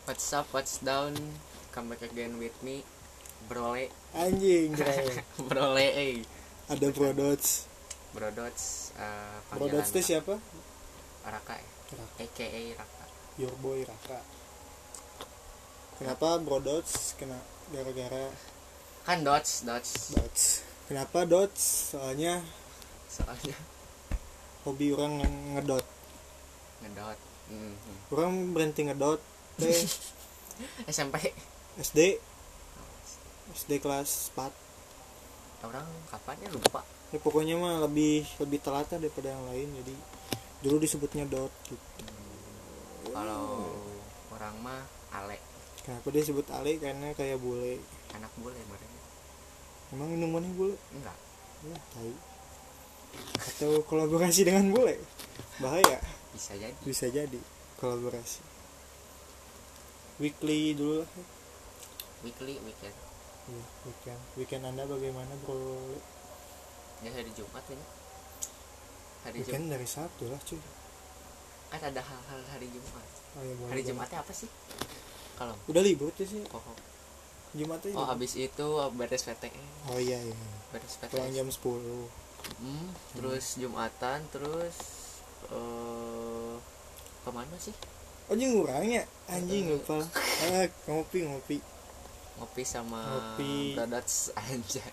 What's up, what's down? Come back again with me, Brole. Anjing keren. Brole, Ada Brodots. Brodots, Brodots itu siapa? Raka ya? Raka. AKA Raka. Your boy Raka. Kenapa Brodots? Gara-gara Kan Dots. Dots. Kenapa Dots? Soalnya hobi orang ngedot. Ngedot. Orang berhenti ngedot SMP. SD kelas 4. Orang kapan ya lupa. Ya pokoknya mah lebih telat daripada yang lain, jadi dulu disebutnya dot gitu. Kalau orang mah Ale. Kenapa dia sebut Ale? Karena kayak bule. Anak bule mereka. Emang minumannya bule? Enggak. Ya, tai. Atau kolaborasi dengan bule? Bahaya. Bisa jadi kolaborasi. Weekly dulu lah. Weekend. Iya, weekend Anda bagaimana, bro? Ya hari Jumat ini. Weekend dari Sabtu lah, cuy. Kan ada hal-hal hari Jumat. Oh, ya, hari Jumatnya apa sih? Kalau udah libur tuh sih. Oh. Jumatnya. Oh, habis itu beres PTN. Oh iya. Beres PTN. Pulang jam 10. Terus Jumatan, terus kemana sih? Anjing ngurangnya. Anjing lupa. Ngopi sama Ngopi. Brodots anjay.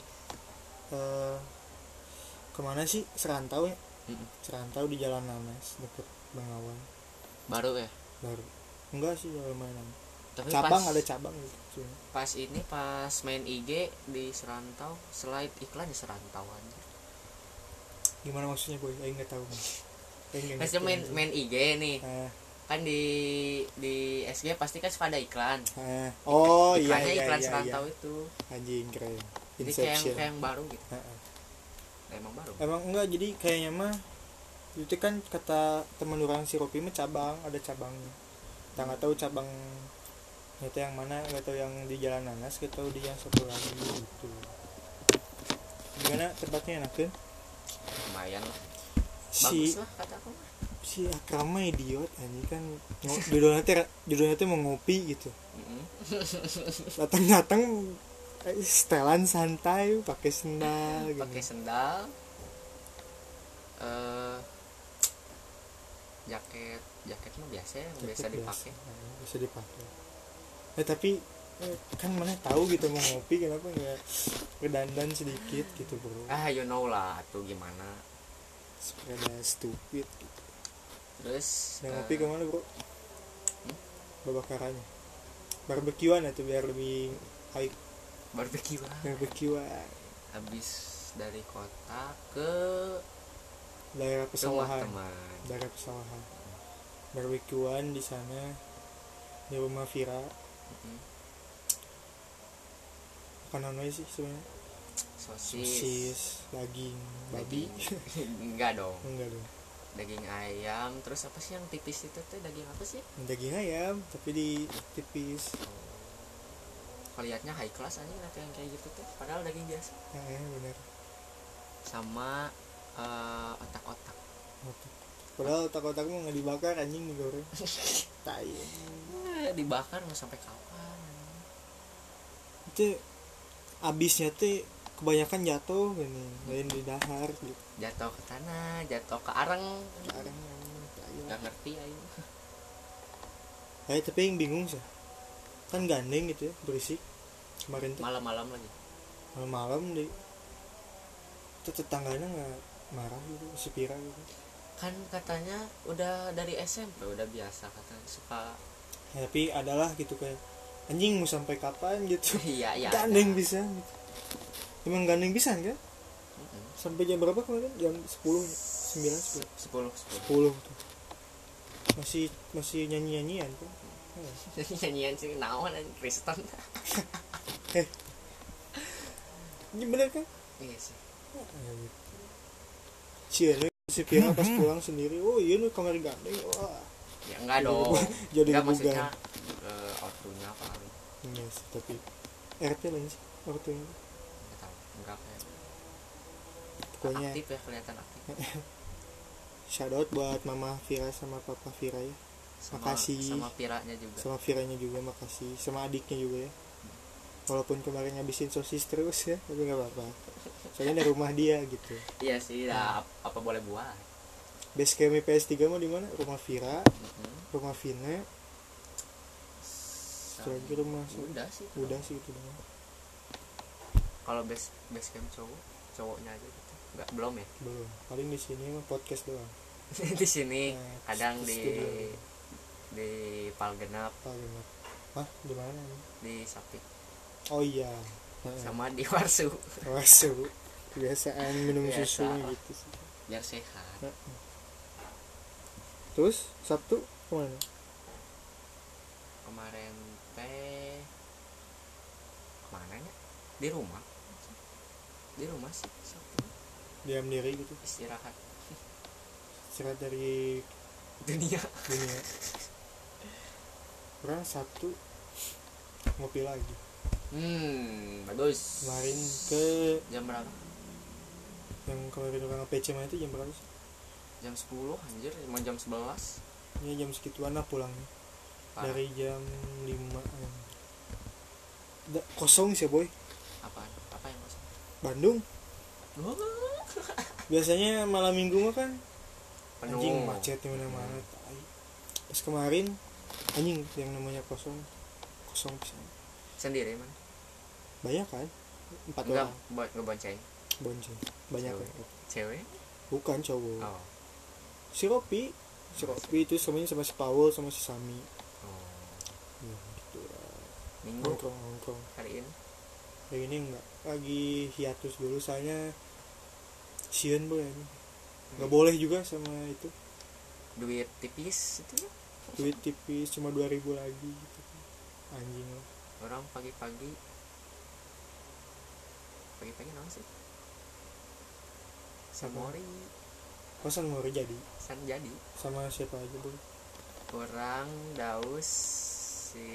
Kemana sih? Serantau ya? Serantau di Jalan Nanas deket Bengawan. Baru ya? Baru. Enggak sih, lumayan. Tapi cabang ada cabang gitu. Pas main IG di Serantau, slide iklan di Serantau aja. Gimana maksudnya boy? Aing enggak tahu. Maksudnya main IG nih. Kan di SG pasti kan suka ada iklan. Oh iya. Iklan Serantau itu. Anjing keren. Jadi kayak yang baru gitu. Emang baru. Emang enggak, jadi kayaknya mah itu kan kata teman orang si Ropi mah cabang, ada cabangnya. Kita nggak tahu cabang itu yang mana, nggak tahu yang di Jalan Nanas, nggak tahu di yang satu lagi gitu. Gimana tempatnya enakin? Lumayan lah. Bagus lah kata aku. Si Akram mah idiot, ini kan judulnya tuh mau ngopi gitu. Datang setelan santai pakai sendal gitu. Jaket mah biasa ya, biasa dipakai. Bisa dipakai. Tapi kan mana tahu gitu mau ngopi, kenapa nggak kedandan sedikit gitu bro? You know lah tuh gimana. Sepeda stupid gitu. Terus ngopi kemana bro? Babakarannya. Barbekyuan atau biar lebih hype. Barbekyuan. Habis dari kota ke daerah pesawahan. Barbekyuan di sana di rumah Vira. Makanan apa sih sebenarnya? Sosis, daging babi. Enggak dong. Daging ayam, terus apa sih yang tipis itu tuh, daging apa sih? Daging ayam tapi di tipis. Lihatnya high class aja nanti yang kayak gitu tuh, padahal daging biasa. Benar. Sama otak-otak. Padahal otak-otak mah nggak dibakar, anjing digoreng. Tai. Dibakar mau sampai kapan? Itu abisnya tuh kebanyakan jatuh gini, lain di dahar gitu. Jatuh ke tanah, jatuh ke areng. Nggak ngerti ayo. Tapi yang bingung sih. Kan gandeng gitu ya, berisik kemarin tuh. Malam-malam lagi. Malam-malam deh. Itu tetangganya nggak marah gitu, si Pira gitu. Kan katanya udah dari SMP udah biasa katanya suka. Ya, tapi adalah gitu kayak anjing mau sampai kapan gitu. Iya. Gandeng bisa gitu. Emang gandeng bisa kan? Sampai jam berapa kemarin? Jam 10 tuh. Masih nyanyi-nyanyian tuh. Nyanyian sih naon Kristen. Ini bener kan? Iya sih. Si Pira pas pulang sendiri, oh iya nih kamar gandeng. Wah. Ya enggak dong. Jadi maksudnya ortunya apa? Iya sih, tapi RT lah sih ortunya. Enggak tahu. Enggak kayak. Pokoknya aktif ya, kelihatan aktif. Shoutout buat Mama Vira sama Papa Vira ya. makasih sama Piranya juga, sama Viranya juga makasih, sama adiknya juga ya, walaupun kemarin ngabisin sosis terus ya, tapi nggak apa-apa soalnya dari rumah dia gitu. iya sih ya, apa boleh buat. Base camp PS3 mau di mana? Rumah Vira, rumah Vina, lagi rumah udah sih itu doang. Kalau base camp cowoknya aja gitu nggak, belum ya? Belum, paling di sini mah podcast doang. Di sini kadang di Palgenap. Hah, di mana? Di Sapi. Oh iya. Sama di Warsu. Kebiasaan minum susu gitu sih. Biar sehat. Terus Sabtu kemana? Kemarin kemana ya? Di rumah sih Sabtu. Diam diri gitu. Istirahat dari dunia. Orang Sabtu ngopi lagi. Bagus. Kemarin ke jam berapa? Yang kemarin orang PC itu jam berapa sih? Jam 10 anjir, mau jam 11. Ini jam segituan lah pulangnya. Dari jam 5 kosong sih boy. Apa yang kosong? Bandung. Biasanya malam minggu mah kan penuh, anjing macet di mana-mana. Pas kemarin anjing yang namanya kosong bisa. Sendiri man? Banyak kan? 4 orang. Bonceng. Banyak cewek. Kan? Cewek? Bukan cowok. Oh. Si Ropi itu semuanya sama si Paul sama si Sami. Ya, gitu lah. Minggu nongkrong. Hari ini enggak, lagi hiatus dulu, soalnya sian boy ini. Enggak boleh juga sama itu. Duit tipis itu ya? Duit tipis cuma 2.000 lagi gitu. Anjing lah. Orang pagi-pagi naon sih? Samori. Kosan mau jadi. Sama siapa aja boy? Orang Daus, si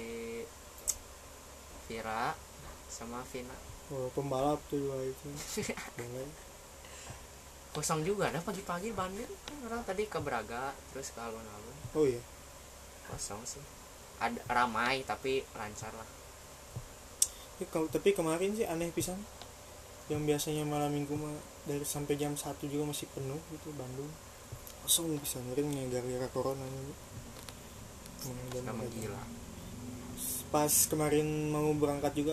Vira sama Vina. Oh, pembalap tuh dua itu. Boleh. Kosong juga ada pagi-pagi Bandung kan, orang tadi ke Braga terus ke alun-alun. Oh iya. Kosong sih. Ada ramai tapi lancar lah. Tapi kemarin sih aneh pisan. Yang biasanya malam minggu mah dari sampai jam 1 juga masih penuh gitu Bandung. Kosong bisa ngering gara-gara corona ini. Sama gila. Pas kemarin mau berangkat juga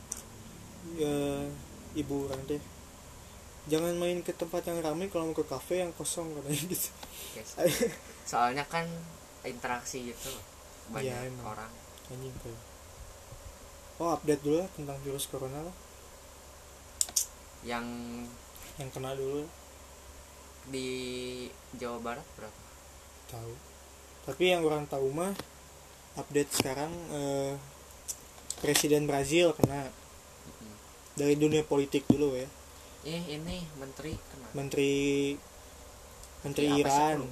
ibu orang teh, jangan main ke tempat yang ramai, kalau mau ke kafe yang kosong katanya gitu. Yes. Soalnya kan interaksi gitu banyak ya, orang. Anjing kayak. Oh, update dulu lah tentang virus corona lah. Yang kena dulu di Jawa Barat berapa? Tahu. Tapi yang orang tahu mah update sekarang Presiden Brazil kena. Dari dunia politik dulu ya. Ini menteri kena. Menteri Iran.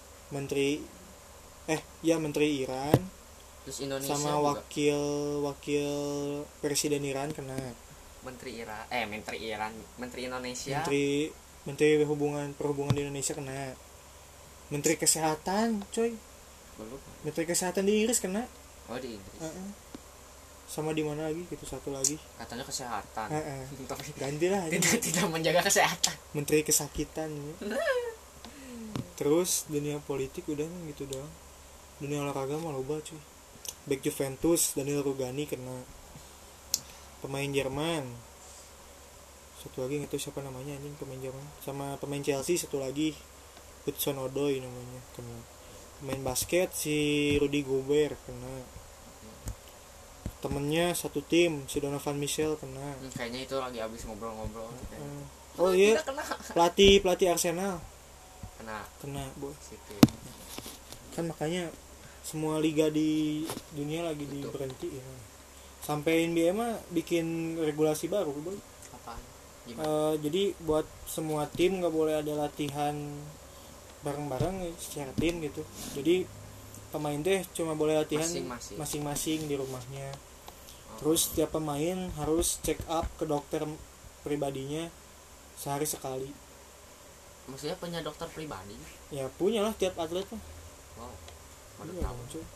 Menteri Iran. Terus Indonesia sama juga. wakil presiden Iran kena. Menteri Indonesia. Menteri perhubungan di Indonesia kena. Menteri kesehatan, coy. Menteri kesehatan di Inggris kena. Oh, di Inggris. Sama di mana lagi gitu, satu lagi. Katanya kesehatan. Tapi gantilah. Tidak menjaga kesehatan. Menteri kesakitan. Ya. Terus dunia politik udah gitu doang. Dunia olahraga mah loba cuy. Back Juventus Daniel Rugani kena. Pemain Jerman. Satu lagi nggak tahu siapa namanya anjing, pemain Jerman. Sama pemain Chelsea satu lagi Hudson Odoi namanya kena. Pemain basket si Rudy Gobert kena. Temennya satu tim si Donovan Mitchell kena. Kayaknya itu lagi abis ngobrol-ngobrol. Oh iya. Pelatih Arsenal kena bos. Kan makanya semua liga di dunia lagi diberhenti ya. Sampai NBA mah bikin regulasi baru boy. Apaan? Jadi buat semua tim nggak boleh ada latihan bareng-bareng secara tim gitu. Jadi pemain teh cuma boleh latihan masing-masing di rumahnya. Terus setiap pemain harus check up ke dokter pribadinya sehari sekali. Maksudnya punya dokter pribadi? Ya punya lah tiap atlet mah. Wow. baru iya tahu. dong, cuy.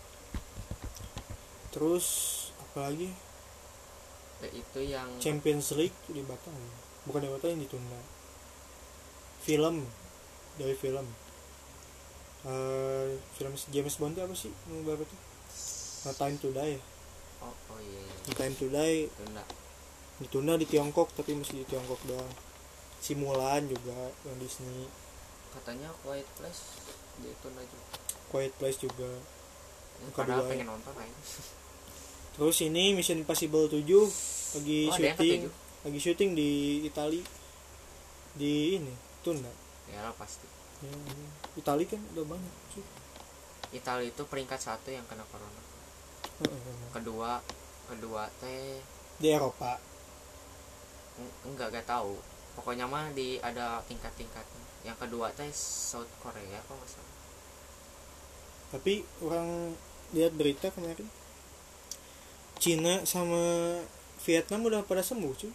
Terus apalagi Itu yang Champions League dibatalin, bukan dibatalin, ditunda. Film dari film film James Bond itu apa sih yang baru tuh? No Time to Die ya? oh iya, iya. No Time to Die Tunda. ditunda di Tiongkok, tapi masih di Tiongkok doang. Si Mulan juga yang Disney. Katanya Quiet Place ditunda juga. Quiet Place juga. Padahal Kedua. pengen nonton aja. Terus ini Mission Impossible 7 lagi Oh, ada yang syuting, ke-7? lagi syuting di Itali. Di ini tunda. Ya lah pasti. Ya, Itali kan udah banyak sih. Italia itu peringkat 1 yang kena corona. Kedua teh Di Eropa. enggak tahu. Pokoknya mah ada tingkat-tingkatnya. Yang kedua teh South Korea kok nggak salah. Tapi orang lihat berita kemarin, Cina sama Vietnam udah pada sembuh cuy.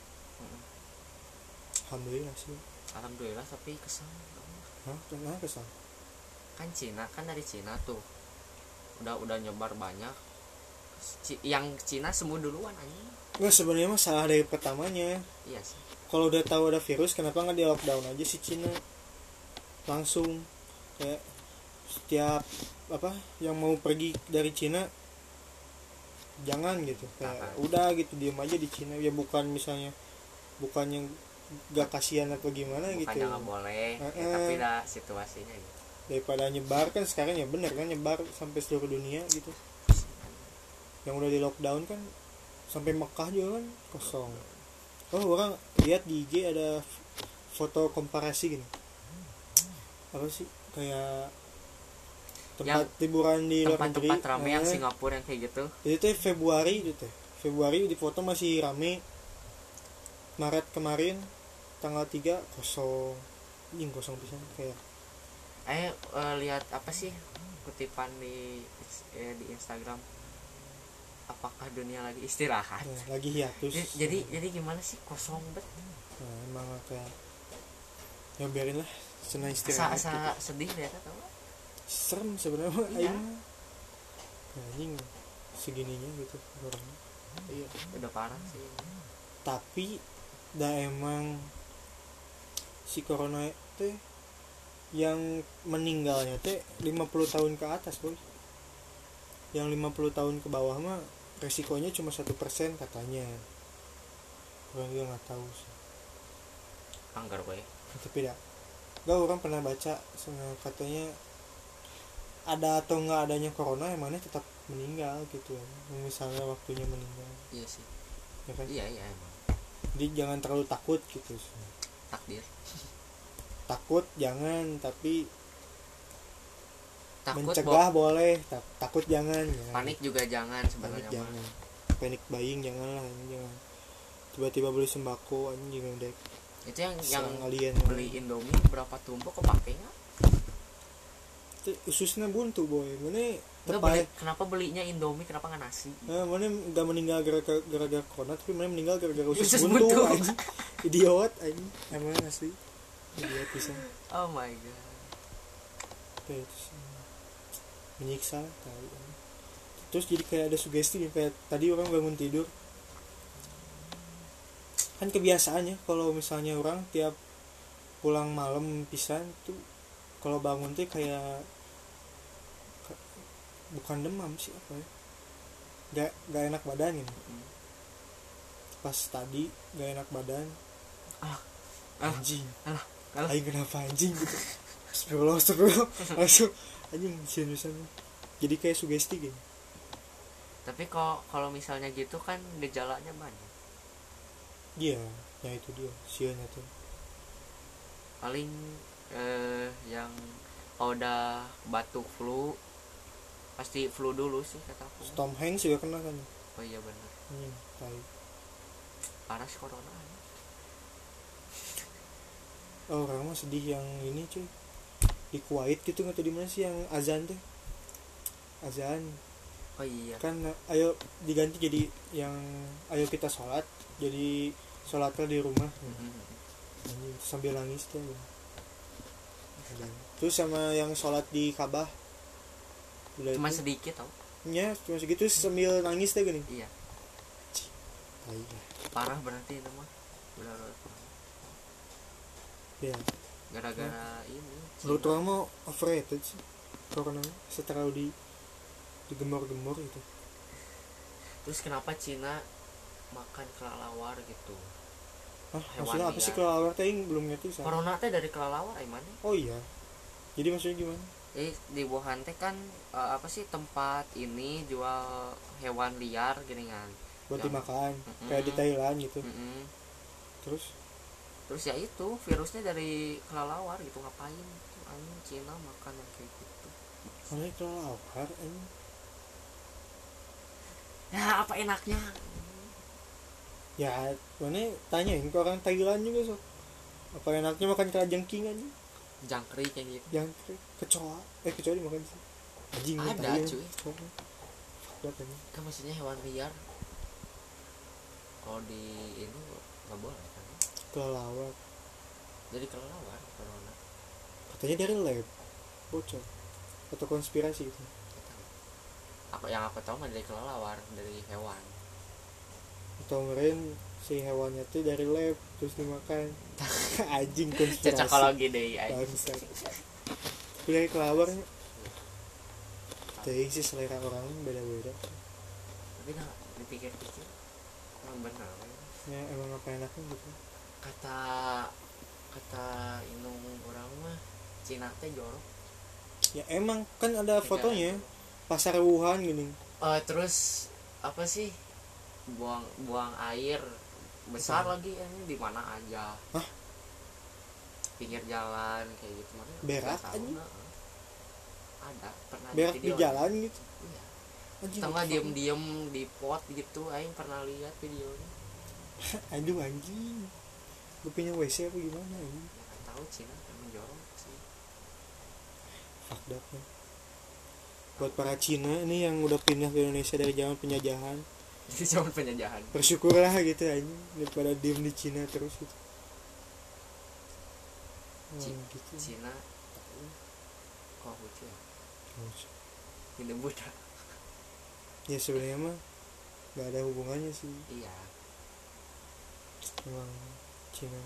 Alhamdulillah sih. Alhamdulillah, tapi kesal. Hah? Kenapa kesal? Kan Cina, kan dari Cina tuh udah nyebar banyak. Yang Cina sembuh duluan anjing. Nggak, sebenarnya mah salah dari pertamanya. Iya sih. Kalau udah tahu ada virus, kenapa nggak di lockdown aja si Cina langsung? Kayak setiap apa yang mau pergi dari Cina jangan gitu, kayak udah gitu diem aja di Cina ya, bukan misalnya bukannya gak kasihan atau gimana Bukannya gitu, nggak boleh, ya, tapi dah situasinya gitu. daripada nyebar kan sekarang ya bener kan nyebar sampai seluruh dunia gitu. Yang udah di lockdown kan sampai Mekah juga kan kosong. Oh, orang lihat di IG ada foto komparasi gini, apa sih, kayak tempat liburan di luar negeri, tempat-tempat rame yang Singapura yang kayak gitu. itu teh Februari di foto masih rame. Maret kemarin tanggal 3 kosong, anjing kosong pisan kayak. Lihat apa sih kutipan di Instagram, apakah dunia lagi istirahat? Nah, lagi hiatus. Jadi gimana sih, kosong bet. Nah, emang kayak ya biarin lah, senang istirahat. Asa gitu. sedih ya tau. Serem sebenarnya Iya. Anjing segininya gitu orangnya. Iya, udah parah sih. Tapi dah emang si corona teh yang meninggalnya teh 50 tahun ke atas boy. Yang 50 tahun ke bawah mah resikonya cuma 1% katanya. Orang juga nggak tahu sih. Anggar gue. Tapi dah gak, orang pernah baca katanya ada atau nggak adanya corona yang mana tetap meninggal gitu, misalnya waktunya meninggal. Iya sih. Ya kan? Iya emang. Jadi jangan terlalu takut gitu. Takdir. Takut jangan, tapi Takut mencegah boleh, takut jangan. Panik juga jangan Panik sebenarnya. jangan. Panic buying jangan lah, jangan. Tiba-tiba beli sembako anjing dek. Itu yang alien beli Indomie berapa tumpuk kepake nggak? Ususnya buntu boy. Mana kenapa belinya Indomie, kenapa nggak nasi? Mana nggak meninggal gara-gara corona, tapi mana meninggal gara-gara usus buntu. buntu anjing. Idiot anjing. Emang asli. Idiot bisa. Oh my god. Kayak itu sih. Menyiksa tahu. Terus jadi kayak ada sugesti nih, kayak tadi orang bangun tidur. Kan kebiasaannya kalau misalnya orang tiap pulang malam pisan tuh kalau bangun tuh kayak bukan demam sih, apa ya, gak enak badan ini. Pas tadi gak enak badan, anjing aing kenapa anjing gitu. Astagfirullah langsung anjing seriusan. Jadi kayak sugesti gitu. Tapi kalau misalnya gitu kan gejalanya banyak. Iya, ya itu dia sialnya tuh. Paling yang kalau udah batuk flu, pasti flu dulu sih kata aku. Tom Hanks juga kena kan. Oh iya benar. Tai. Parah sih corona. Oh, orang mah sedih yang ini cuy. Di Kuwait gitu nggak tahu di mana sih yang azan tuh. Azan. Oh iya. Kan ayo diganti jadi yang ayo kita sholat, jadi sholatnya di rumah. Sambil nangis tuh. Terus sama yang sholat di Ka'bah cuma sedikit tau. Ya cuma segitu sambil nangis deh gini. Iya, Tai lah. parah berarti itu mah, benar Ya gara-gara ini menurut Cina. orang mau overrated sih corona setelah digemor-gemor itu. Terus kenapa Cina makan kelelawar gitu? Hewan Maksudnya apa liar. sih kelelawar teh belum ngerti saya. Corona teh dari kelelawar mana? Oh iya, jadi maksudnya gimana? Di Wuhan teh kan apa sih tempat ini jual hewan liar gini kan. Buat Yang- dimakan Mm-mm. kayak di Thailand gitu. Mm-mm. Terus Terus ya itu virusnya dari kelelawar gitu, ngapain gitu anjing Cina makan yang kayak gitu. mana kelelawar ini? Ya apa enaknya? Ya mana tanyain ke orang Thailand juga sok. Apa enaknya makan kalajengking aja? Jangkrik kayak gitu. Yang kecoa dimakan sih. Anjing Ada, tai, cuy. Fuck banget. Kan maksudnya hewan liar kalau di ini nggak boleh kan, Kelelawar jadi kelelawar corona. katanya dari lab bocor atau konspirasi itu. Yang aku tahu mah dari kelelawar, dari hewan. Atau kemarin si hewannya tuh dari lab terus dimakan. Anjing konspirasi. Cocokologi deh aja. Bangsat. Tapi dari kelelawar teh sih selera orang beda-beda. Tapi nggak dipikir-pikir emang benar Ya emang apa enaknya gitu. kata inung orang mah Cina teh jorok. Ya emang kan ada fotonya pasar Wuhan gini. Terus apa sih, buang air besar lagi ini di mana aja. Hah? Pinggir jalan kayak gitu mana Berak nggak tahu, anjing? ada pernah Berak di video. jalan gitu. Iya. Anjing. Tengah diem di pot gitu, aing pernah lihat videonya. Aduh anjing. Gue punya WC apa gimana ini? Ya, nggak tahu Cina emang jorok sih. Fucked up ya. Buat para Cina ini yang udah pindah ke Indonesia dari zaman penjajahan, Itu cuma penjajahan. bersyukurlah gitu anjing daripada diem di Cina terus gitu. Gitu. Cina kok lucu ya, ini Buddha. Ya sebenarnya mah nggak ada hubungannya sih. Iya, Emang Cina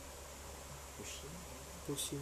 pusing.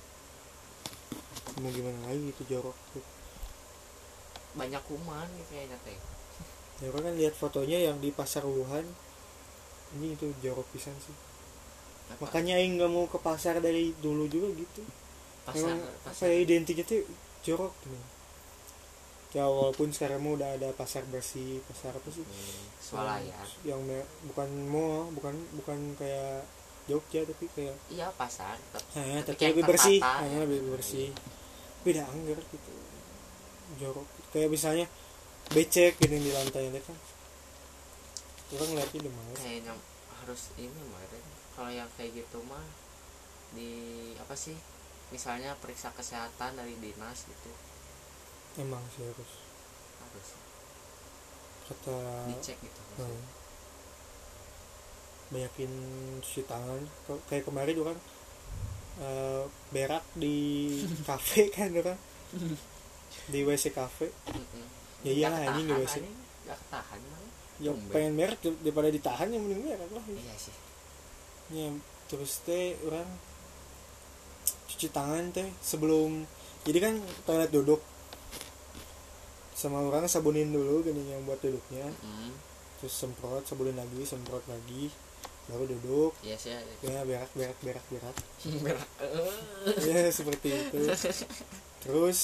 Mau gimana lagi itu jorok tuh. banyak kuman gitu kayaknya teh. Ya orang kan lihat fotonya yang di pasar Wuhan. Ini itu jorok pisan sih. Makanya aing nggak mau ke pasar dari dulu juga gitu. Memang pasar kayak identiknya tuh jorok nih. Ya walaupun sekarang mah udah ada pasar bersih, pasar apa sih? swalaya. Yang bukan mall, bukan kayak Jogja tapi kayak Iya pasar. tapi kayak lebih bersih, tertata, ya. lebih bersih. Beda anggar gitu. Jorok. Kayak misalnya becek gini di lantai kan. Orang lihatnya udah males. Kayaknya harus ini kemarin. Kalau yang kayak gitu mah di apa sih? Misalnya periksa kesehatan dari dinas gitu. Emang sih harus kata dicek gitu. banyakin cuci tangan. Kayak kemarin orang berak di kafe kan orang di WC kafe. Ya iyalah ini nggak WC. Gak tahan mah. Ya pengen berak daripada ditahan yang mending berak lah. Iya sih. Ya terus teh orang cuci tangan teh sebelum, jadi kan toilet duduk sama orang sabunin dulu gini yang buat duduknya, terus semprot sabunin lagi semprot lagi baru duduk. Iya sih. Ya berak Berak. ya seperti itu. Terus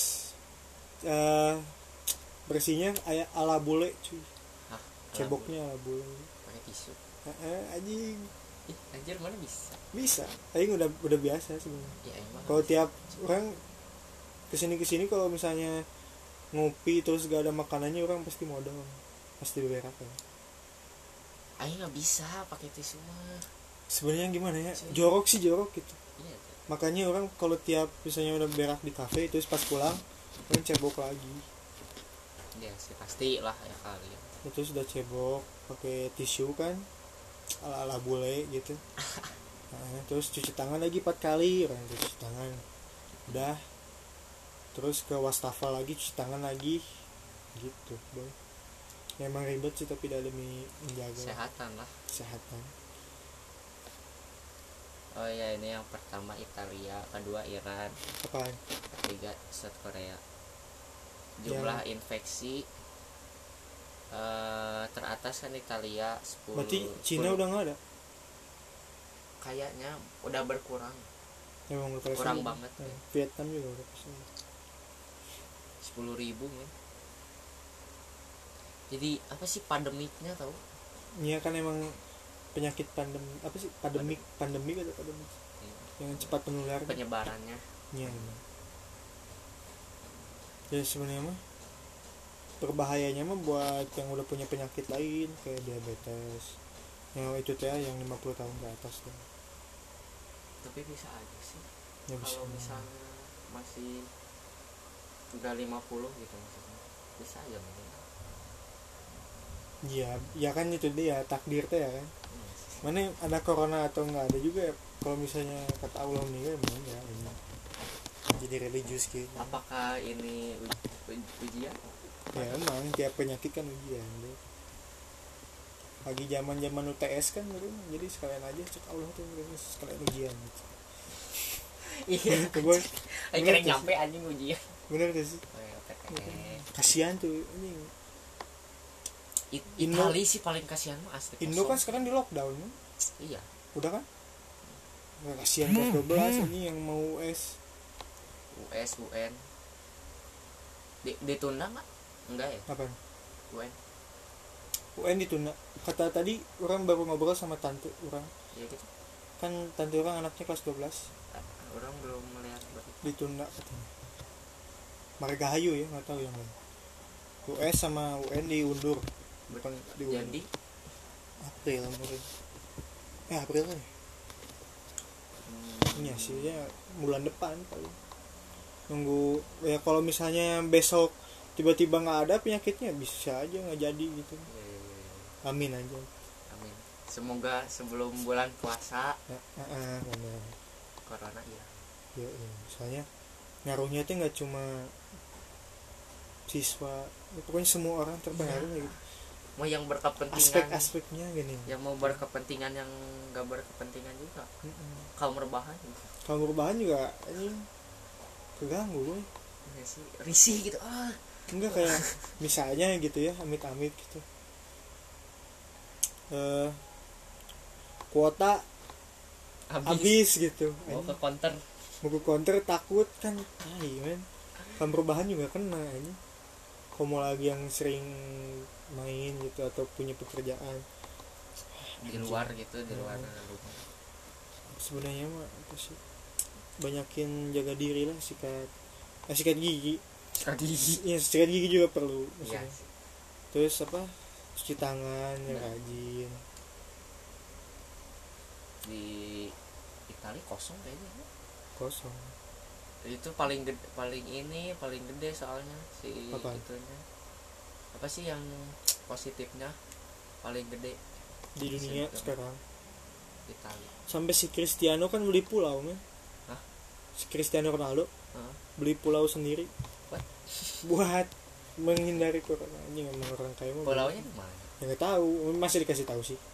bersihnya ala bule cuy. Ceboknya ala bule pakai tisu. Anjing Anjir mana bisa? aing udah biasa sebenarnya. Ya emang. Kalau tiap orang kesini kalau misalnya ngopi terus gak ada makanannya orang pasti modal, pasti berak kan. Aing nggak bisa pakai tisu mah. Sebenarnya gimana ya, jorok gitu. Iya. Makanya orang kalau tiap misalnya udah berak di kafe terus pas pulang orang cebok lagi. Iya sih pasti lah ya kali. Itu sudah cebok pakai tisu kan ala bule gitu. Nah, terus cuci tangan lagi 4 kali orang cuci tangan. Udah terus ke wastafel lagi, cuci tangan lagi gitu boy. Ya, emang ribet sih tapi demi menjaga kesehatan lah. kesehatan. Oh ya, ini yang pertama Italia, kedua Iran, Apaan? ketiga South Korea. Jumlah infeksi teratas kan Italia 10. Berarti Cina udah nggak ada? Kayaknya udah berkurang. Emang udah pada Kurang sembuh. banget. Vietnam juga udah pada sembuh. 10.000 men. Jadi apa sih pandemiknya tahu? Iya kan emang penyakit pandemi apa sih, pandemik atau pandemik yang cepat menular Penyebarannya. ya emang. Ya sebenarnya mah berbahayanya mah buat yang udah punya penyakit lain kayak diabetes yang itu teh yang 50 tahun ke atas tuh. Tapi bisa aja sih. Ya bisa. Kalau misalnya masih udah 50 gitu maksudnya. Bisa aja mungkin. Iya, ya kan itu dia takdir teh ya kan. Mana ada corona atau enggak ada juga ya. Kalau misalnya kata Allah meninggal emang ya ini. Jadi religius gitu. Apakah ini ujian? Ya emang tiap penyakit kan ujian deh. Lagi zaman UTS kan gitu. Jadi sekalian aja cek Allah tuh sekalian ujian gitu. Iya. Gue Akhirnya nyampe anjing ujian. bener gak sih? Kasihan tuh ini. Itali sih paling kasihan mah asli. Indo kan sekarang di lockdown kan? Iya. Udah kan? Nggak, kasihan kelas 12 ini yang mau US UN ditunda nggak? Enggak ya? apa? UN ditunda. Kata tadi orang baru ngobrol sama tante orang. ya gitu. Kan tante orang anaknya kelas 12. Orang belum melihat Ditunda katanya. Mereka hayu ya, nggak tahu yang lain. US sama UN diundur. Jadi April mungkin. April kan? Iya sih ya, bulan depan paling. Nunggu ya, kalau misalnya besok tiba-tiba nggak ada penyakitnya bisa aja nggak jadi gitu. Amin aja. Amin. Semoga sebelum bulan puasa benar. corona ya. Ya, soalnya ngaruhnya itu nggak cuma siswa, pokoknya semua orang terpengaruh gitu. Mau yang berkepentingan, aspek-aspeknya gini. yang mau berkepentingan, yang nggak berkepentingan juga. Kaum rebahan gitu. Kaum rebahan juga ini keganggu boy. Ya sih, risih gitu. Enggak kayak misalnya gitu ya, amit-amit gitu. Kuota habis gitu. Mau ke counter takut kan. Men. Kaum rebahan juga kena ini. Kamu lagi yang sering main gitu atau punya pekerjaan di luar gitu, di luar rumah. Sebenarnya mah apa sih, banyakin jaga diri lah, sikat gigi. Ya, sikat gigi juga perlu ya. Terus apa, cuci tangan yang rajin. Di Itali kosong kayaknya. Kosong Itu paling gede soalnya si apa? Itunya apa sih yang positifnya paling gede di dunia sekarang. Italia. Sampai si Cristiano kan beli pulau men. Si Cristiano Ronaldo beli pulau sendiri. Buat menghindari corona. Anjing, emang orang kaya mah. Pulaunya di mana? Ya nggak tahu, masih dikasih tahu sih.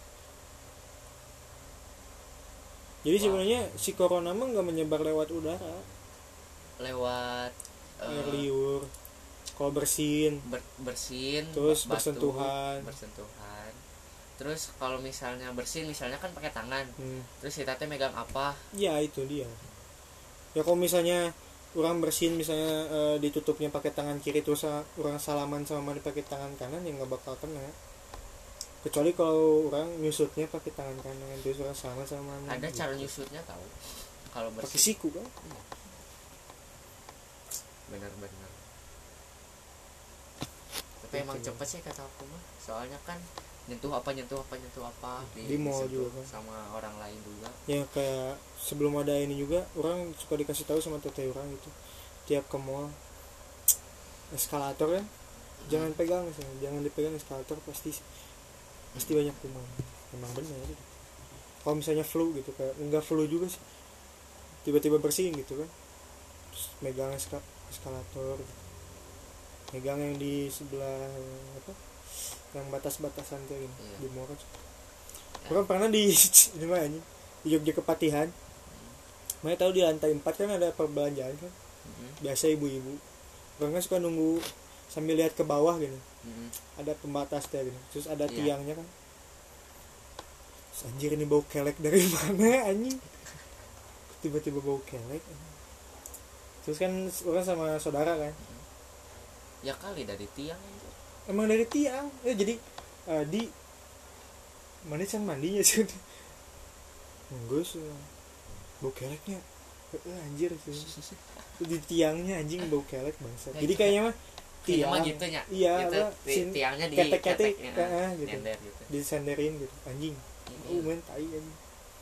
Jadi sebenarnya si corona mah nggak menyebar lewat udara, lewat air liur, kalau bersin, terus bersentuhan. Terus kalau misalnya bersin, misalnya kan pakai tangan, terus kita teh megang apa? Ya itu dia. Ya kalau misalnya orang bersin misalnya ditutupnya pakai tangan kiri, terus orang salaman sama mandi pakai tangan kanan, ya nggak bakal kena. Kecuali kalau orang nyusutnya pakai tangan kanan, terus orang salaman sama mandi. Ada gitu. Cara nyusutnya tahu? Kalau bersin pakai siku kan? Benar-benar. Tapi emang cepet sih kata aku mah. Soalnya kan nyentuh apa di mall juga kan, sama orang lain juga. Ya kayak sebelum ada ini juga orang suka dikasih tahu sama teteh orang gitu, tiap ke mall eskalator ya jangan pegang misalnya, jangan dipegang eskalator, pasti banyak kuman. Emang benar gitu. Kalau misalnya flu gitu, kayak enggak flu juga sih, tiba-tiba bersin gitu kan, terus megang eskalator, megang yang di sebelah apa, yang batas-batasan tuh ini Iya. di Moros. Orang pernah di ini mah anjing, di Jogja Kepatihan. Mana tahu di lantai 4 kan ada perbelanjaan kan. Biasa ibu-ibu. Orang kan suka nunggu sambil lihat ke bawah gitu. Ada pembatas teh gitu. Terus ada Iya. tiangnya kan. Terus, anjir ini bau kelek dari mana anjing? Tiba-tiba bau kelek. Terus kan orang sama saudara kan. Ya kali dari tiang itu. Emang dari tiang. Ya jadi di mana can mandinya sih? Enggak sih. Bau keleknya. Anjir sih. Di tiangnya anjing bau kelek bangsa. Jadi kayaknya mah Iya tiang. mah gitu nya. Iya, gitu, apa, tiangnya di ketek-ketek, keteknya, gitu. nyender gitu. Disenderin gitu. Anjing. Iya. Men tai anjing.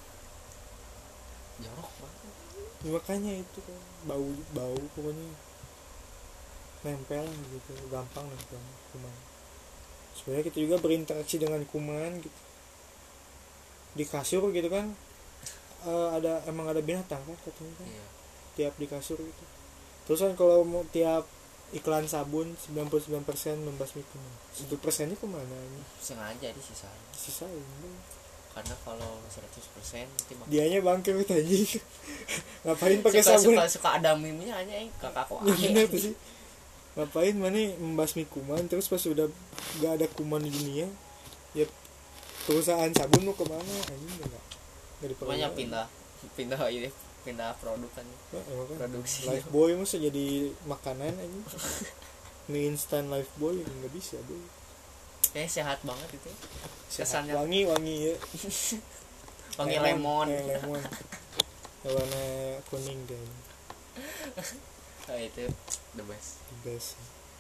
Jorok banget. Ya, makanya itu kan bau pokoknya nempel gitu, gampang nempel kuman. Sebenarnya kita juga berinteraksi dengan kuman gitu. Di kasur gitu kan emang ada binatang kan katanya kan. Iya. Tiap di kasur gitu. Terus kan kalau mau tiap iklan sabun 99% membasmi kuman. 1%-nya kemana ini? Sengaja disisain. Sisain. Karena kalau 100% nanti Dianya bangkrut anjing. Ngapain pakai sabun? suka ada meme-nya aja kakakku. Ya bener tuh sih. Ngapain mana membasmi kuman terus pas udah gak ada kuman di dunia ya perusahaan sabun mau kemana anjing enggak Pokoknya pindah ini pindah produk kan. Produksi. Lifebuoy masa jadi makanan anjing. Mie instan Lifebuoy nggak bisa boy. Kayaknya sehat banget itu. Sehat, Kesannya wangi ya. wangi lemon. Lemon. Warna kuning dan Oh, itu the best. the best.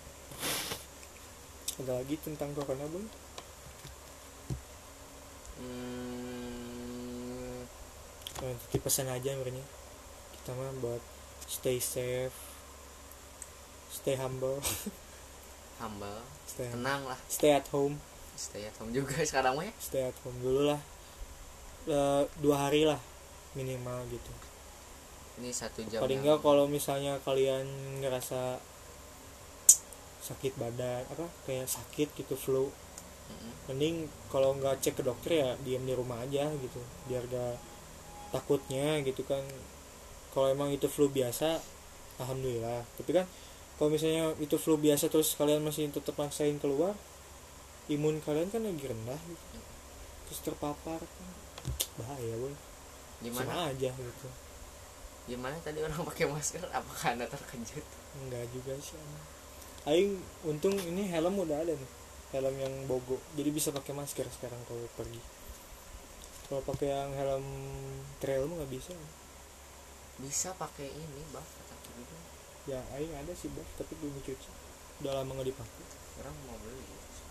Ada lagi tentang corona boy? Nanti pesan aja makanya kita mah buat stay safe, stay humble, Humble, stay tenang lah, stay at home, stay at home juga sekarang mah ya. stay at home dulu lah. 2 hari lah minimal gitu. Ini 1 jam. Paling enggak kalau misalnya kalian ngerasa sakit badan apa kayak sakit gitu flu, mending kalau nggak cek ke dokter ya diam di rumah aja gitu biar gak takutnya gitu kan. Kalau emang itu flu biasa alhamdulillah, tapi kan kalau misalnya itu flu biasa terus kalian masih tetap maksain keluar, imun kalian kan lagi rendah gitu. Terus terpapar kan bahaya boy. Gimana? Sama aja gitu. Gimana tadi orang pakai masker? Apakah Anda terkejut? Enggak juga sih. Aing untung ini helm udah ada nih, helm yang bogo, jadi bisa pakai masker sekarang kalau pergi. Kalau pakai yang helm trail mah nggak bisa. Bisa pakai ini, buff tapi juga. Ya Aing ada sih buff tapi belum dicuci, udah lama nggak dipakai. Orang mau beli.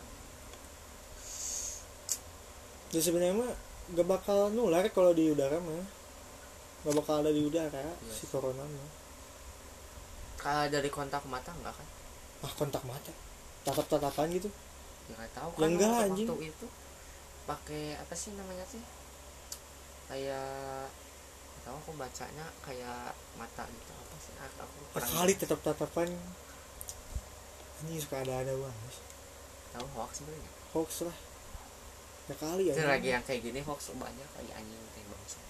Jadi sebenarnya mah nggak bakal nular kalau di udara mah, nggak bakal ada di udara si corona mah. Kalau dari kontak mata enggak kan? Kontak mata, tatap-tatapan gitu. Ya nggak tahu Ya kan. enggak, waktu anjing. itu pakai apa sih namanya sih? Kayak tahu aku bacanya kayak mata gitu apa sih? Aku kurang Kali tatap-tatapan ini suka ada banget. tahu hoax sebenarnya. Hoax lah. Ya kali ya. Itu lagi yang kayak gini hoax banyak kayak anjing kayak bangsa.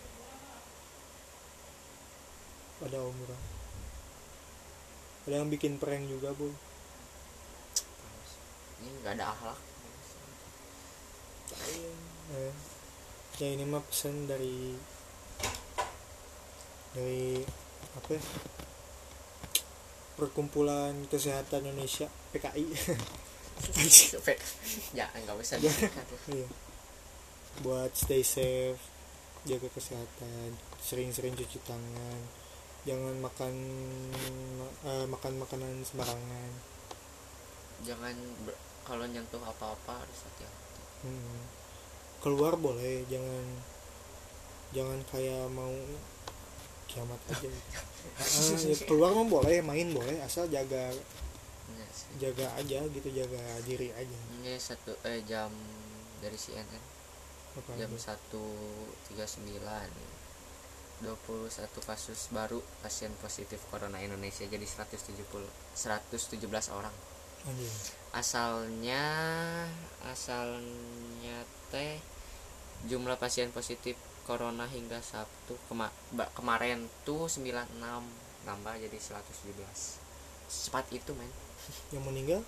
Ada umuran. Ada yang bikin prank juga boy. Ini nggak ada akhlak. Ya ini mah pesan dari apa ya? Perkumpulan Kesehatan Indonesia PKI. Ya nggak bisa Ya. disingkat. Iya. Buat stay safe, jaga kesehatan, sering-sering cuci tangan, jangan makan makanan sembarangan. Jangan kalau nyentuh apa-apa harus hati-hati. Keluar boleh, jangan kayak mau kiamat aja gitu. Ya keluar mah boleh, main boleh, asal jaga aja gitu, jaga diri aja. Ini jam dari CNN Apa jam aja? 1.39 21 kasus baru pasien positif corona Indonesia jadi 117 orang. Anjing. Asalnya teh jumlah pasien positif corona hingga Sabtu kemarin tuh 96, nambah jadi 117. Secepat itu, men. Yang meninggal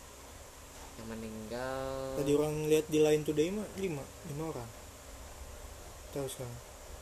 tadi Yang orang lihat di Line Today mah 5 orang. Tahu sekarang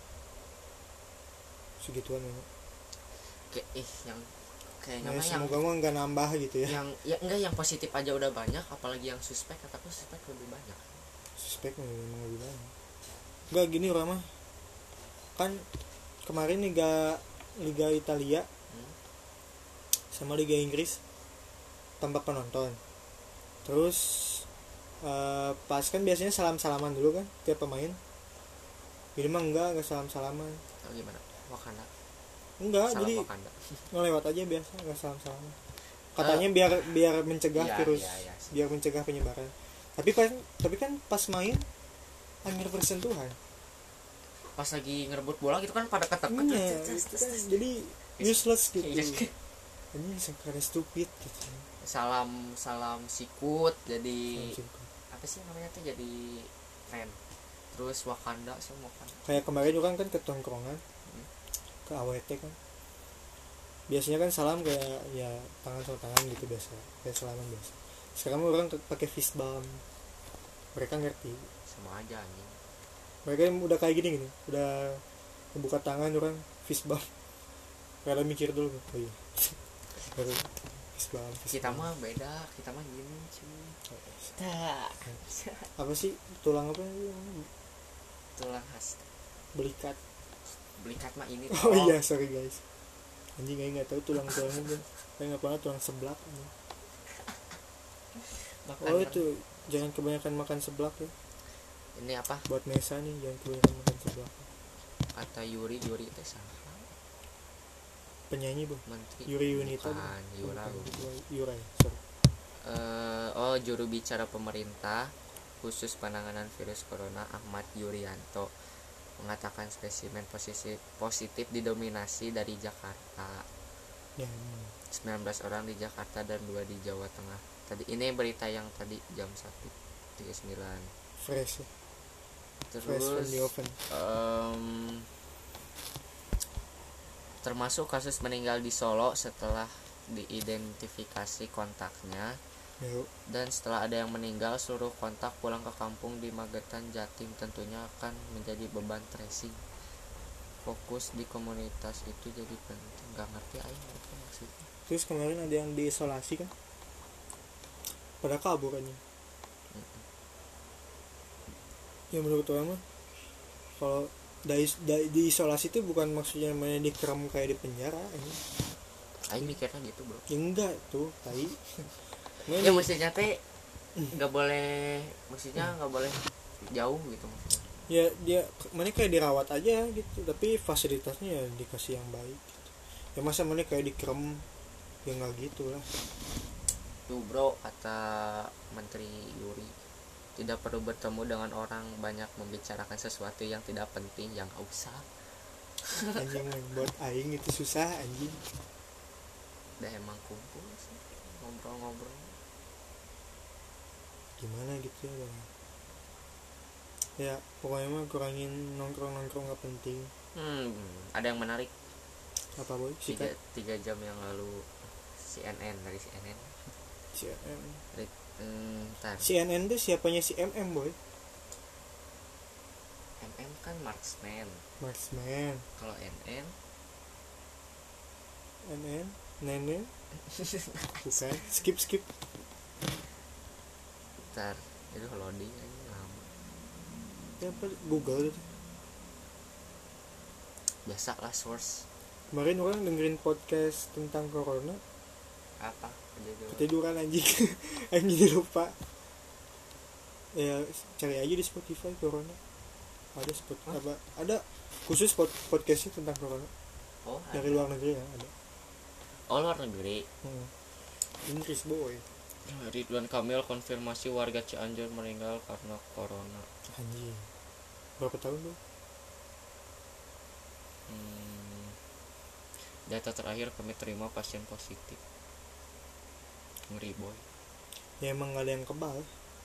segituan memang. yang kayaknya Nah, mah yang semoga mah nggak nambah gitu ya. enggak, yang positif aja udah banyak, apalagi yang suspek, kataku suspek lebih banyak. Suspek memang lebih banyak. Nggak gini orang mah kan kemarin Liga Italia sama Liga Inggris tambah penonton. Terus pas kan biasanya salam-salaman dulu kan tiap pemain. Ini mah enggak salam-salaman. Oh, gimana? Wakanda. Enggak, Salam jadi Wakanda. ngelewat aja biasa, enggak salam-salaman. Katanya biar mencegah iya, virus, iya. biar mencegah penyebaran. Tapi kan pas main hanya bersentuhan. Pas lagi ngerebut bola gitu kan pada ketek. Iya, jadi useless gitu. Iya. Ini sangat stupid gitu. Salam sikut jadi Salam apa sih namanya tuh, jadi tren. Terus Wakanda semua kan. Kayak kemarin orang kan ke tongkrongan, ke AWT kan. Biasanya kan salam kayak ya tangan sama tangan gitu biasa, kayak salaman biasa. Sekarang orang pakai fist bump. Mereka ngerti. Sama aja anjing. Mereka udah kayak gini, udah membuka tangan orang fist bump. Karena mikir dulu, oh iya. Baru fist bump. Kita mah beda, kita mah gini cuy. Apa sih tulang apa? Tulang khas. Belikat. Belikat mah ini. Oh iya, sorry guys. Anjing aing enggak tahu tulang-tulangnya tuh. Kayak enggak tulang seblak. Oh itu jangan kebanyakan makan seblak ya. Ini apa? Buat Nesa nih, jangan kebanyakan makan seblak. Kata Yuri itu salah. Penyanyi, Bu. Menteri Yuri Yunita. Yurai, sorry. Juru bicara pemerintah khusus penanganan virus corona Ahmad Yuryanto mengatakan spesimen positif didominasi dari Jakarta. Ya. 19 orang di Jakarta dan 2 di Jawa Tengah. Tadi ini berita yang tadi jam 1.39. Fresh ya. Terus Fresh from the oven. Termasuk kasus meninggal di Solo setelah diidentifikasi kontaknya. Yuk. Dan setelah ada yang meninggal, seluruh kontak pulang ke kampung di Magetan, Jatim tentunya akan menjadi beban tracing. Fokus di komunitas itu jadi penting. Gak ngerti aja apa maksudnya. Terus kemarin ada yang diisolasi kan? Pada kabur kan ya? Ya menurut orang mah kalau diisolasi itu bukan maksudnya namanya dikerem kayak di penjara ini. Aing mikirnya gitu, bro. Ya enggak tuh, tai. Ya maksudnya teh nggak boleh, maksudnya nggak boleh jauh gitu maksudnya. Ya dia mana kayak dirawat aja gitu, tapi fasilitasnya ya dikasih yang baik gitu. Ya masa mana kayak dikerem, ya nggak gitu lah. Tuh bro, kata Menteri Yuri, tidak perlu bertemu dengan orang banyak, membicarakan sesuatu yang tidak penting, yang gak usah. Anjing buat aing itu susah anjing. Udah emang kumpul sih, ngobrol-ngobrol. Gimana gitu ya bang. Ya pokoknya mah kurangin nongkrong gak penting. Ada yang menarik. Apa boy? 3 jam yang lalu dari CNN. CNN tuh siapanya si MM boy? MM kan marksman. Kalau NN Nenen bukan, skip ntar itu loading aja lama. ya apa Google itu. Biasa lah source. Kemarin orang dengerin podcast tentang corona, Apa ketiduran anjing. Anjing lupa. Ya cari aja di Spotify corona. Ada khusus podcastnya tentang corona. Dari luar negeri ya ada. Luar negeri. Inggris boy. Ridwan Kamil konfirmasi warga Cianjur meninggal karena corona. Anjing. Berapa tahun tuh? Hmm, data terakhir kami terima pasien positif. Ngeri boy. Ya emang gak ada yang kebal,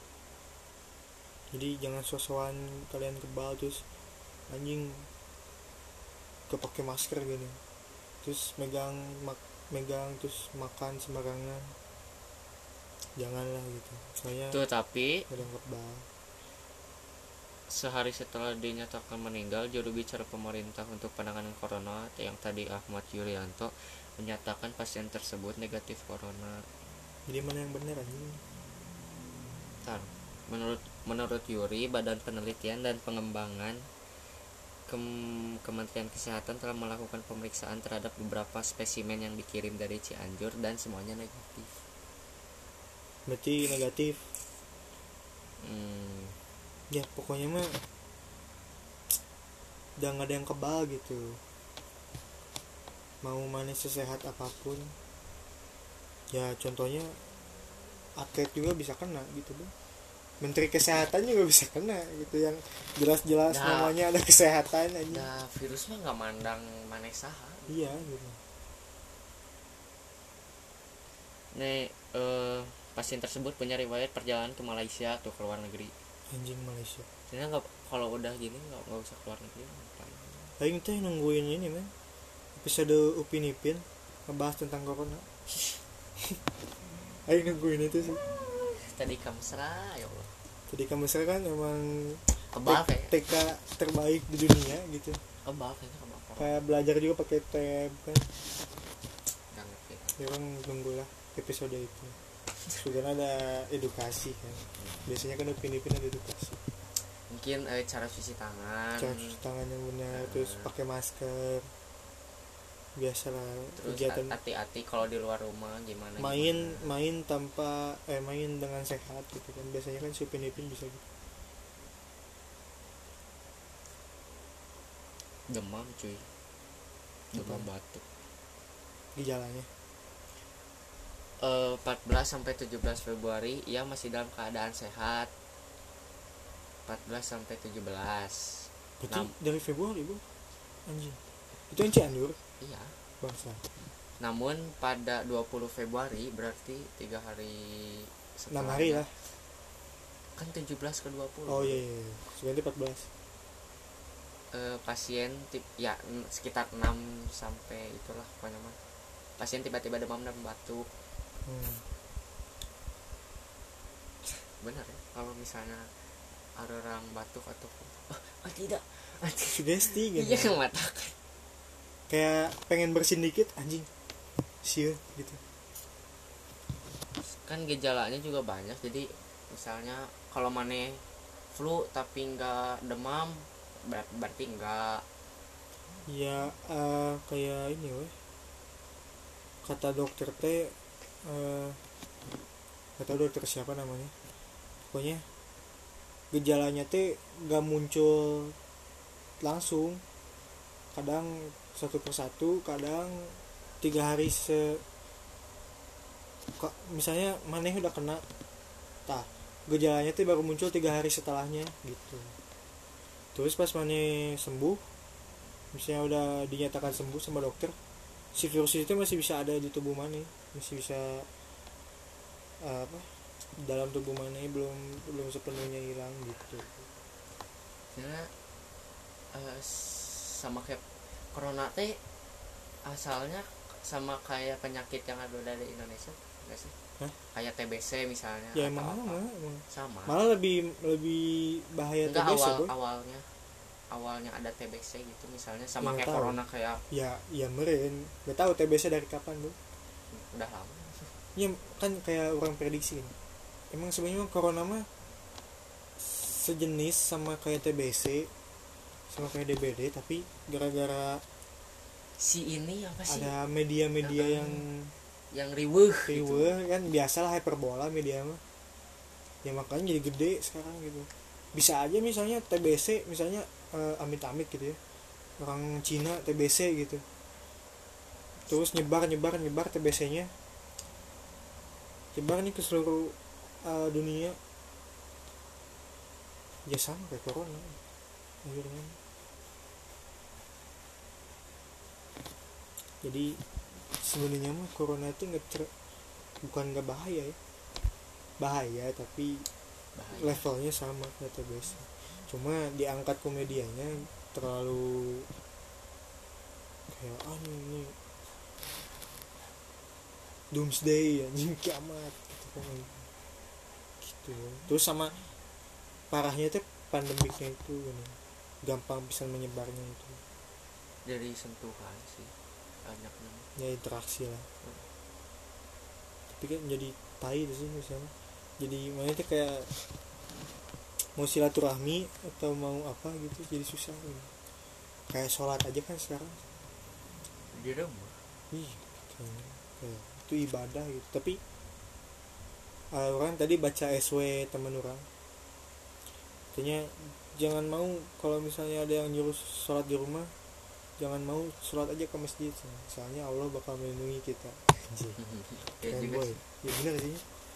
jadi jangan sosokan kalian kebal terus anjing kepake masker gini, terus megang terus makan sembarangan, janganlah gitu. Soalnya Tuh tapi gak ada yang kebal. sehari setelah dinyatakan meninggal, juru bicara pemerintah untuk penanganan corona yang tadi Ahmad Yuryanto menyatakan pasien tersebut negatif corona. Jadi mana yang benar anjing? Bentar. Menurut Yuri, Badan Penelitian dan Pengembangan Kementerian Kesehatan telah melakukan pemeriksaan terhadap beberapa spesimen yang dikirim dari Cianjur dan semuanya negatif. Berarti negatif. Hmm, Ya pokoknya mah udah gak ada yang kebal gitu. Mau mana sesehat apapun, ya contohnya atlet juga bisa kena gitu bang. Menteri kesehatan juga bisa kena gitu, yang jelas-jelas namanya ada kesehatan aja. Virus mah nggak mandang maneh saha. Iya gitu. Nih, pasien tersebut punya riwayat perjalanan ke Malaysia atau ke luar negeri. Anjing Malaysia. Sebenarnya nggak, kalau udah gini nggak usah keluar negeri. Ngapain? Aing teh nungguin ini men, episode Upin Ipin ngebahas tentang corona. Aing nungguin itu sih. Tadi kamu serah, ya Allah. Jadi kamu kan emang Kebal kayak. TK terbaik di dunia gitu. Kebal kayaknya kebal. Kayak belajar juga pakai tab kan. Nggak ngerti. Ya kan nunggulah episode itu. Sudah ada edukasi kan. Biasanya kan Upin Ipin ada edukasi. Mungkin cara cuci tangan. Cara cuci tangan yang benar, terus pakai masker. Biasalah Terus kegiatan hati-hati kalau di luar rumah gimana. main tanpa main dengan sehat gitu kan. Biasanya kan si Upin Ipin bisa gitu. Demam cuy. Demam batuk. Gejalanya 14 sampai 17 Februari ia masih dalam keadaan sehat. 14 sampai 17. berarti dari Februari bu anjing itu yang Cianjur Iya. bangsa. Namun pada 20 Februari berarti 3 hari 6 hari lah. Kan 17 ke 20. Oh iya sebenarnya 14. Pasien ya sekitar 6 sampai itulah pokoknya mah. Pasien tiba-tiba demam dan batuk. Benar ya, kalau misalnya ada orang batuk atau tidak Sugesti gitu. iya mengatakan Kayak pengen bersin dikit anjing sih gitu. kan gejalanya juga banyak. Jadi misalnya kalau maneh flu tapi nggak demam berarti enggak. Ya kayak ini weh, kata dokter teh kata dokter siapa namanya, pokoknya gejalanya teh gak muncul langsung, kadang satu persatu, kadang 3 hari misalnya maneh udah kena gejalanya tuh baru muncul 3 hari setelahnya gitu. Terus pas maneh sembuh, misalnya udah dinyatakan sembuh sama dokter, si virus itu masih bisa ada di tubuh maneh, masih bisa dalam tubuh maneh, belum sepenuhnya hilang gitu. Karena sama kayak corona teh asalnya sama kayak penyakit yang ada dari Indonesia nggak sih? Kayak TBC misalnya. Ya emang sama. Malah lebih bahaya enggak, TBC awalnya ada TBC gitu misalnya sama ya, kayak corona kayak ya meren nggak tahu TBC dari kapan bu, udah lama ya kan kayak orang prediksi ini. Emang sebenarnya corona mah sejenis sama kayak TBC sama kayak DBD, tapi gara-gara si ini apa sih ada media-media yang riweuh gitu. Kan biasalah hyperbola media mah ya, makanya jadi gede sekarang gitu. Bisa aja misalnya TBC misalnya amit-amit gitu ya, orang Cina TBC gitu, terus nyebar TBC-nya nyebar nih ke seluruh dunia, ya sama kayak corona akhirnya. Jadi sebenarnya mah corona itu bukan nggak bahaya ya, bahaya tapi bahaya. levelnya sama kata biasa, cuma diangkat komedianya terlalu kayak ini doomsday anjing kiamat gitu kan gitu. Terus sama parahnya itu pandemiknya itu gini, gampang bisa menyebarnya itu Dari sentuhan sih banyaknya. ya interaksi lah. Tapi kan jadi tai itu sih misalnya, jadi mana itu kayak mau silaturahmi atau mau apa gitu jadi susah gitu. Kayak sholat aja kan sekarang Di rumah ih kayak itu ibadah gitu. Tapi orang tadi baca SW teman orang katanya jangan mau kalau misalnya ada yang nyuruh sholat di rumah, jangan mau sholat aja ke masjid soalnya Allah bakal melindungi kita. ya Keren juga boy sih. ya bener sih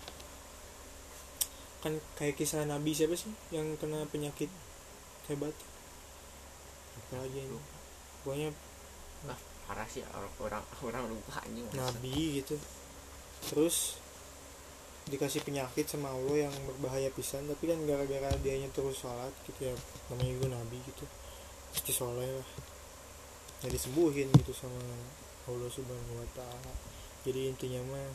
kan kayak kisah Nabi siapa sih yang kena penyakit hebat apalagi ini pokoknya Wah, parah sih orang lupa anjing. Nabi gitu, terus dikasih penyakit sama Allah yang berbahaya pisan, tapi kan gara-gara dianya terus sholat gitu ya, namanya juga Nabi gitu pasti soleh lah, ya disembuhin gitu sama Allah Subhanahu Wa Taala. Jadi intinya mah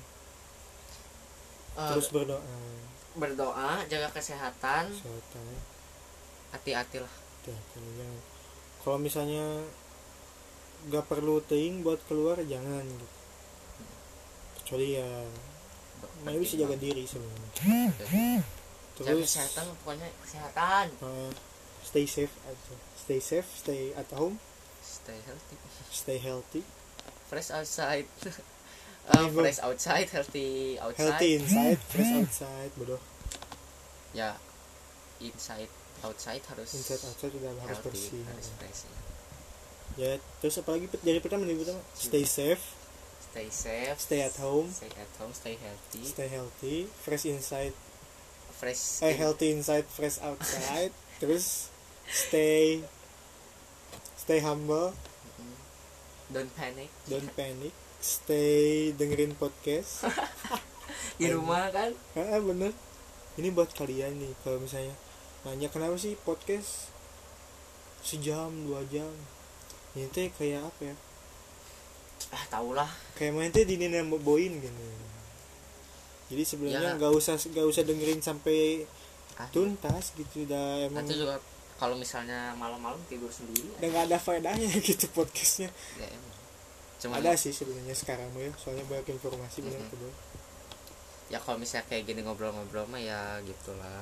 terus berdoa, jaga kesehatan, kesehatan hati-hatilah. jangan, kalau misalnya nggak perlu teing buat keluar jangan gitu, kecuali ya mana bisa jaga diri sebenarnya. Jaga Terus kesehatan, pokoknya kesehatan. stay safe aja, stay safe, stay at home, Stay healthy. stay healthy, Fresh outside. Live Fresh outside, healthy outside. healthy inside, fresh outside, bodoh. Ya, inside outside harus Inside outside sudah harus healthy, bersih. harus fresh ya. Ya, terus apalagi dari pertama stay safe, Stay safe, stay at home, stay healthy, stay healthy, fresh inside, fresh healthy inside, fresh outside. Terus stay humble, don't panic. don't panic, stay dengerin podcast. Di rumah kan. Bener, ini buat kalian nih kalau misalnya nanya kenapa sih podcast sejam 2 jam, ini teh kayak apa ya, Tahulah. kayak main teh di nina boin gitu. Jadi sebenarnya Ya. nggak usah dengerin sampai Ah, tuntas gitu, dah emang nanti juga kalau misalnya malam-malam tidur sendiri udah nggak ada faedahnya gitu podcastnya. ya emang. Cuma Ada sih sebenarnya sekarang ya, soalnya banyak informasi benar Mhm. tuh. ya kalau misalnya kayak gini ngobrol-ngobrol mah ya gitulah.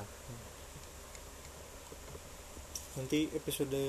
Nanti episode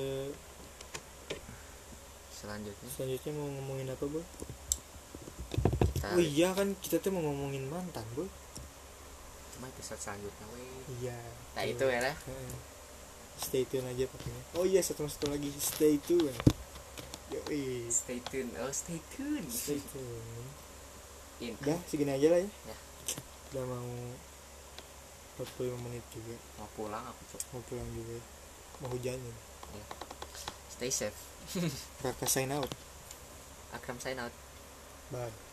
Selanjutnya mau ngomongin apa, Boy? kita Oh iya kan kita tuh mau ngomongin mantan, Boy. cuma episode selanjutnya weh. Iya. Nah itu ya lah. Stay tune aja pokoknya. Oh iya, satu lagi, stay tune. Yoi. Stay tune. Stay tune. In. Udah segini aja lah ya. Ya. Udah mau 45 menit juga. Mau pulang aku cok. Mau pulang juga. Mau hujan ya. Stay safe. Kakak sign out. Akram sign out. Bye.